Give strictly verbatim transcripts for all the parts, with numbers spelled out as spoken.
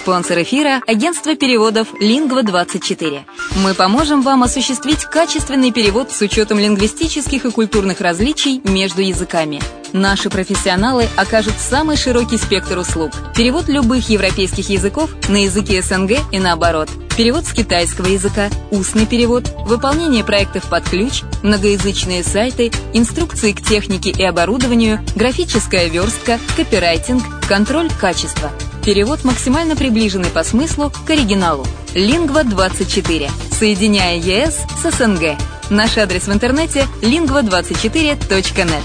Спонсор эфира – агентство переводов Lingva двадцать четыре. Мы поможем вам осуществить качественный перевод с учетом лингвистических и культурных различий между языками. Наши профессионалы окажут самый широкий спектр услуг. Перевод любых европейских языков на языки СНГ и наоборот. Перевод с китайского языка, устный перевод, выполнение проектов под ключ, многоязычные сайты, инструкции к технике и оборудованию, графическая верстка, копирайтинг, контроль качества. Перевод максимально приближенный по смыслу к оригиналу. Lingva двадцать четыре. Соединяя ЕС с СНГ. Наш адрес в интернете lingva двадцать четыре точка нет.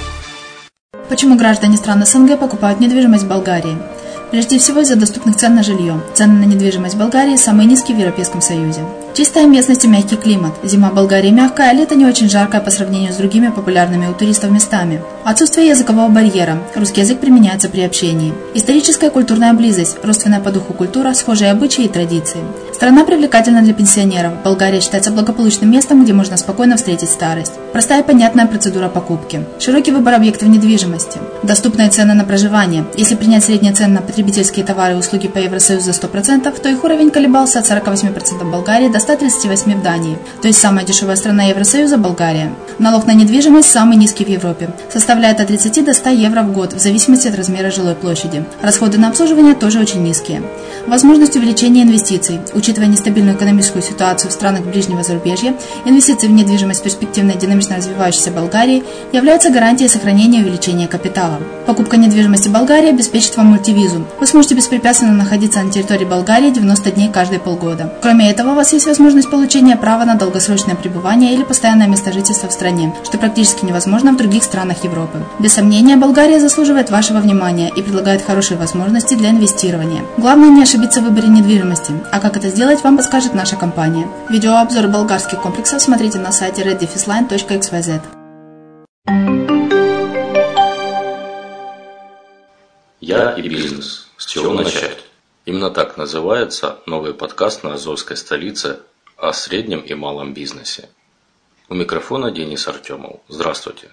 Почему граждане стран СНГ покупают недвижимость в Болгарии? Прежде всего из-за доступных цен на жилье. Цены на недвижимость в Болгарии самые низкие в Европейском Союзе. Чистая местность и мягкий климат. Зима в Болгарии мягкая, а лето не очень жаркое по сравнению с другими популярными у туристов местами. Отсутствие языкового барьера. Русский язык применяется при общении. Историческая и культурная близость. Родственная по духу культура, схожие обычаи и традиции. Страна привлекательна для пенсионеров. Болгария считается благополучным местом, где можно спокойно встретить старость. Простая и понятная процедура покупки. Широкий выбор объектов недвижимости. Доступные цены на проживание. Если принять средние цены на потребительские товары и услуги по Евросоюзу за сто процентов, то их уровень колебался от сорок восемь процентов в Болгарии до ста тридцати восьми процентов в Дании. То есть самая дешевая страна Евросоюза – Болгария. Налог на недвижимость самый низкий в Европе. Составляет от тридцати до ста евро в год, в зависимости от размера жилой площади. Расходы на обслуживание тоже очень низкие. Возможность увеличения инвестиций. Учитывая нестабильную экономическую ситуацию в странах ближнего зарубежья, инвестиции в недвижимость в перспективной динамично развивающейся Болгарии являются гарантией сохранения и увеличения капитала. Покупка недвижимости в Болгарии обеспечит вам мультивизу. Вы сможете беспрепятственно находиться на территории Болгарии девяносто дней каждые полгода. Кроме этого, у вас есть возможность получения права на долгосрочное пребывание или постоянное место жительства в стране, что практически невозможно в других странах Европы. Без сомнения, Болгария заслуживает вашего внимания и предлагает хорошие возможности для инвестирования. Главное не ошибиться в выборе недвижимости, а как это сделать, вам подскажет наша компания. Видеообзор болгарских комплексов смотрите на сайте red dash line точка икс уай зет. Я и бизнес. С чего начать? Именно так называется новый подкаст на Азовской столице о среднем и малом бизнесе. У микрофона Денис Артемов. Здравствуйте.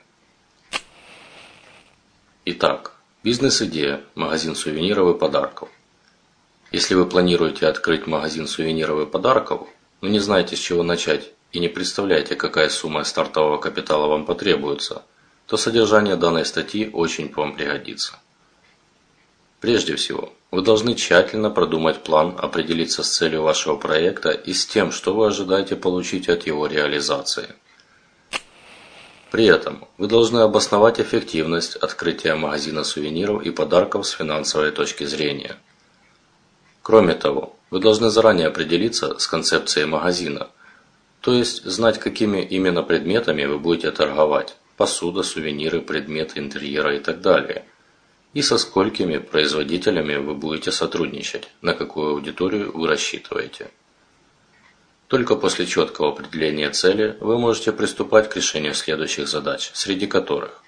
Итак, бизнес-идея – магазин сувениров и подарков. Если вы планируете открыть магазин сувениров и подарков, но не знаете, с чего начать и не представляете, какая сумма стартового капитала вам потребуется, то содержание данной статьи очень вам пригодится. Прежде всего, вы должны тщательно продумать план, определиться с целью вашего проекта и с тем, что вы ожидаете получить от его реализации. При этом вы должны обосновать эффективность открытия магазина сувениров и подарков с финансовой точки зрения. Кроме того, вы должны заранее определиться с концепцией магазина, то есть знать, какими именно предметами вы будете торговать – посуда, сувениры, предметы интерьера и так далее – и со сколькими производителями вы будете сотрудничать, на какую аудиторию вы рассчитываете. Только после четкого определения цели вы можете приступать к решению следующих задач, среди которых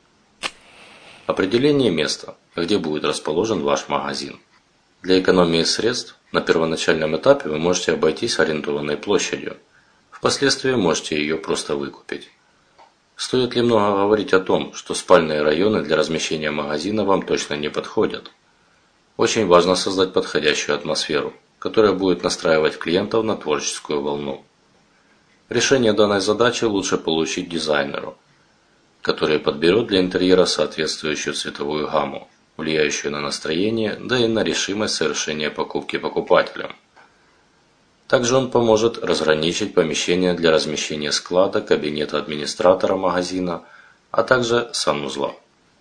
определение места, где будет расположен ваш магазин. Для экономии средств на первоначальном этапе вы можете обойтись арендованной площадью, впоследствии можете ее просто выкупить. Стоит ли много говорить о том, что спальные районы для размещения магазина вам точно не подходят? Очень важно создать подходящую атмосферу, которая будет настраивать клиентов на творческую волну. Решение данной задачи лучше получить дизайнеру, который подберет для интерьера соответствующую цветовую гамму, влияющую на настроение, да и на решимость совершения покупки покупателям. Также он поможет разграничить помещение для размещения склада, кабинета администратора магазина, а также санузла.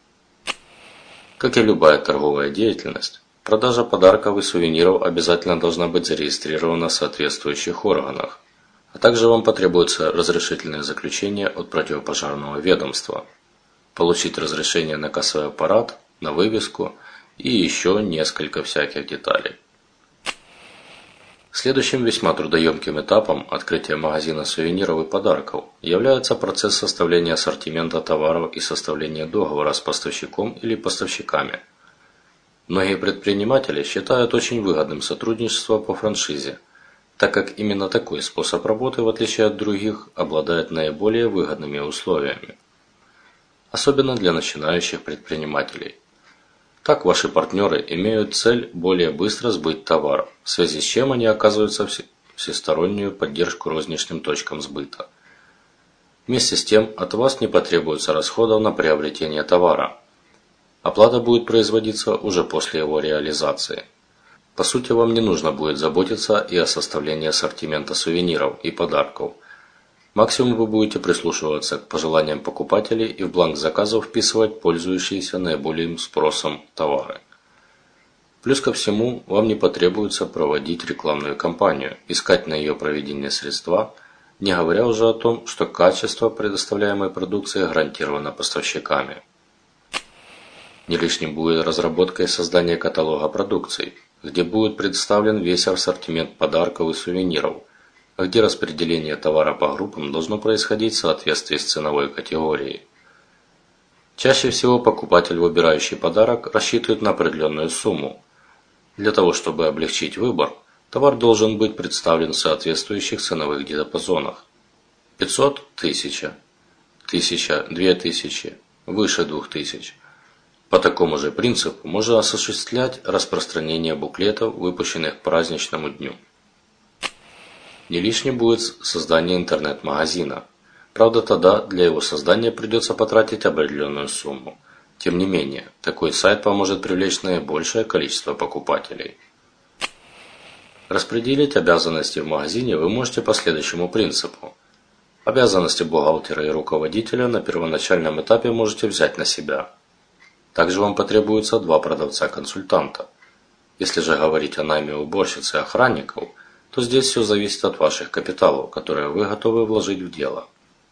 Как и любая торговая деятельность, продажа подарков и сувениров обязательно должна быть зарегистрирована в соответствующих органах, а также вам потребуется разрешительное заключение от противопожарного ведомства, получить разрешение на кассовый аппарат, на вывеску и еще несколько всяких деталей. Следующим весьма трудоемким этапом открытия магазина сувениров и подарков является процесс составления ассортимента товаров и составления договора с поставщиком или поставщиками. Многие предприниматели считают очень выгодным сотрудничество по франшизе, так как именно такой способ работы, в отличие от других, обладает наиболее выгодными условиями. Особенно для начинающих предпринимателей. Так ваши партнеры имеют цель более быстро сбыть товар, в связи с чем они оказываются в всестороннюю поддержку розничным точкам сбыта. Вместе с тем от вас не потребуется расходов на приобретение товара. Оплата будет производиться уже после его реализации. По сути, вам не нужно будет заботиться и о составлении ассортимента сувениров и подарков. Максимум вы будете прислушиваться к пожеланиям покупателей и в бланк заказов вписывать пользующиеся наиболее спросом товары. Плюс ко всему, вам не потребуется проводить рекламную кампанию, искать на ее проведение средства, не говоря уже о том, что качество предоставляемой продукции гарантировано поставщиками. Не лишним будет разработка и создание каталога продукций, где будет представлен весь ассортимент подарков и сувениров, а где распределение товара по группам должно происходить в соответствии с ценовой категорией. Чаще всего покупатель, выбирающий подарок, рассчитывает на определенную сумму. Для того, чтобы облегчить выбор, товар должен быть представлен в соответствующих ценовых диапазонах. пятьсот – тысяча, тысяча – две тысячи, выше двух тысяч. По такому же принципу можно осуществлять распространение буклетов, выпущенных к праздничному дню. Не лишним будет создание интернет-магазина. Правда, тогда для его создания придется потратить определенную сумму. Тем не менее, такой сайт поможет привлечь наибольшее количество покупателей. Распределить обязанности в магазине вы можете по следующему принципу. Обязанности бухгалтера и руководителя на первоначальном этапе можете взять на себя. Также вам потребуется два продавца-консультанта. Если же говорить о найме уборщиц и охранников, то здесь все зависит от ваших капиталов, которые вы готовы вложить в дело.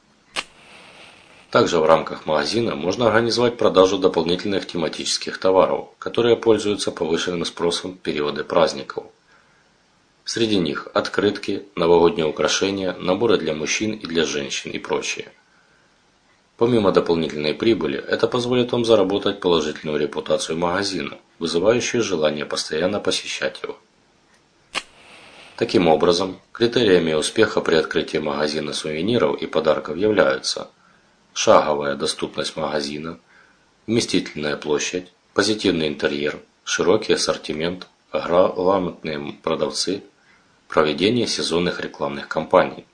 Также в рамках магазина можно организовать продажу дополнительных тематических товаров, которые пользуются повышенным спросом в периоды праздников. Среди них открытки, новогодние украшения, наборы для мужчин и для женщин и прочее. Помимо дополнительной прибыли, это позволит вам заработать положительную репутацию магазина, вызывающую желание постоянно посещать его. Таким образом, критериями успеха при открытии магазина сувениров и подарков являются шаговая доступность магазина, вместительная площадь, позитивный интерьер, широкий ассортимент, грамотные продавцы, проведение сезонных рекламных кампаний.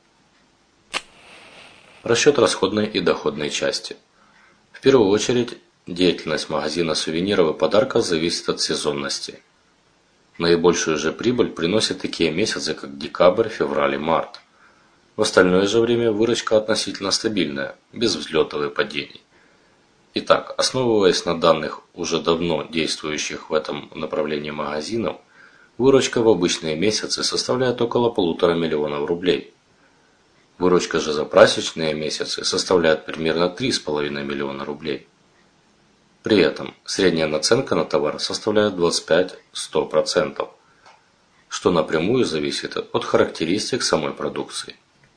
Расчет расходной и доходной части. В первую очередь, деятельность магазина сувениров и подарков зависит от сезонности. Наибольшую же прибыль приносят такие месяцы, как декабрь, февраль и март. В остальное же время выручка относительно стабильная, без взлетов и падений. Итак, основываясь на данных уже давно действующих в этом направлении магазинов, выручка в обычные месяцы составляет около полутора миллионов рублей. Выручка же за праздничные месяцы составляет примерно три с половиной миллиона рублей. При этом средняя наценка на товар составляет двадцать пять — сто процентов, что напрямую зависит от характеристик самой продукции.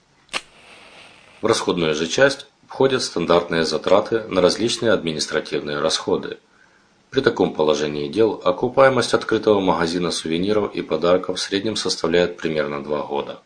В расходную же часть входят стандартные затраты на различные административные расходы. При таком положении дел окупаемость открытого магазина сувениров и подарков в среднем составляет примерно два года.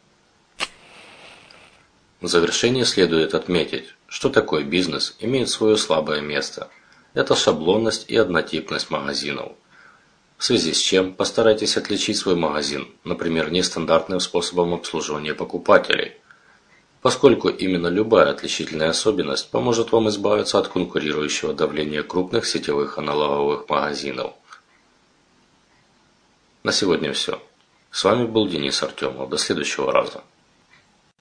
В завершение следует отметить, что такой бизнес имеет свое слабое место. Это шаблонность и однотипность магазинов. В связи с чем постарайтесь отличить свой магазин, например, нестандартным способом обслуживания покупателей, поскольку именно любая отличительная особенность поможет вам избавиться от конкурирующего давления крупных сетевых аналоговых магазинов. На сегодня все. С вами был Денис Артемов. До следующего раза.